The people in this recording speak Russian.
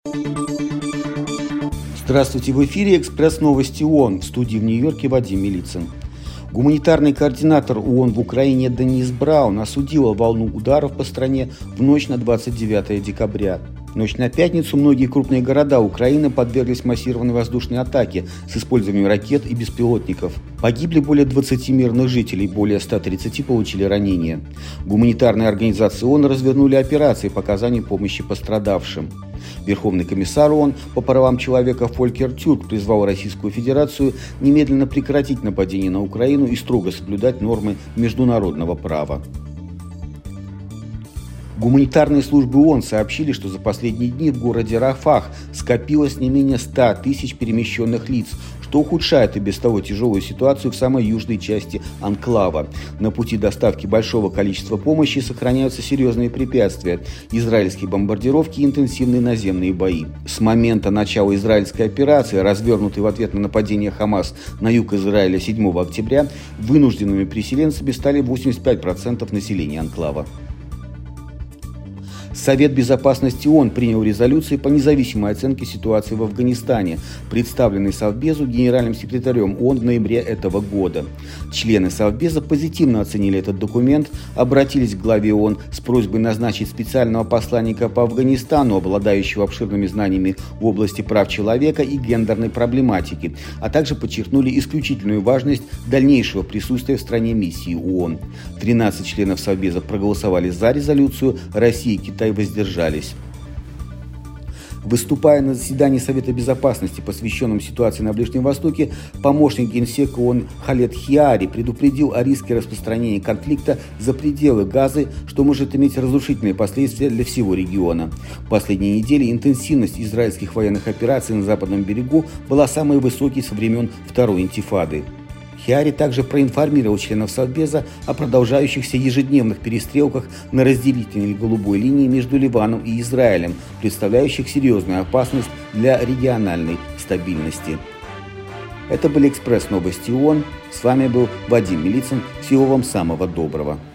Здравствуйте, в эфире «Экспресс-новости ООН», в студии в Нью-Йорке Вадим Милицын. Гуманитарный координатор ООН в Украине Денис Браун осудила волну ударов по стране в ночь на 29 декабря. В ночь на пятницу многие крупные города Украины подверглись массированной воздушной атаке с использованием ракет и беспилотников. Погибли более 20 мирных жителей, более 130 получили ранения. Гуманитарные организации ООН развернули операции по оказанию помощи пострадавшим. Верховный комиссар ООН по правам человека Фолькер Тюрк призвал Российскую Федерацию немедленно прекратить нападение на Украину и строго соблюдать нормы международного права. Гуманитарные службы ООН сообщили, что за последние дни в городе Рафах скопилось не менее 100 тысяч перемещенных лиц, что ухудшает и без того тяжелую ситуацию в самой южной части анклава. На пути доставки большого количества помощи сохраняются серьезные препятствия – израильские бомбардировки и интенсивные наземные бои. С момента начала израильской операции, развернутой в ответ на нападение Хамас на юг Израиля 7 октября, вынужденными переселенцами стали 85% населения анклава. Совет безопасности ООН принял резолюции по независимой оценке ситуации в Афганистане, представленной Совбезу генеральным секретарем ООН в ноябре этого года. Члены Совбеза позитивно оценили этот документ, обратились к главе ООН с просьбой назначить специального посланника по Афганистану, обладающего обширными знаниями в области прав человека и гендерной проблематики, а также подчеркнули исключительную важность дальнейшего присутствия в стране миссии ООН. 13 членов Совбеза проголосовали за резолюцию, Россия и Китай воздержались. Выступая на заседании Совета Безопасности, посвященном ситуации на Ближнем Востоке, помощник Генсека ООН Халед Хиари предупредил о риске распространения конфликта за пределы Газы, что может иметь разрушительные последствия для всего региона. В последние недели интенсивность израильских военных операций на Западном берегу была самой высокой со времен Второй интифады. Хиари также проинформировал членов Совбеза о продолжающихся ежедневных перестрелках на разделительной голубой линии между Ливаном и Израилем, представляющих серьезную опасность для региональной стабильности. Это были «Экспресс-новости ООН». С вами был Вадим Милицын. Всего вам самого доброго.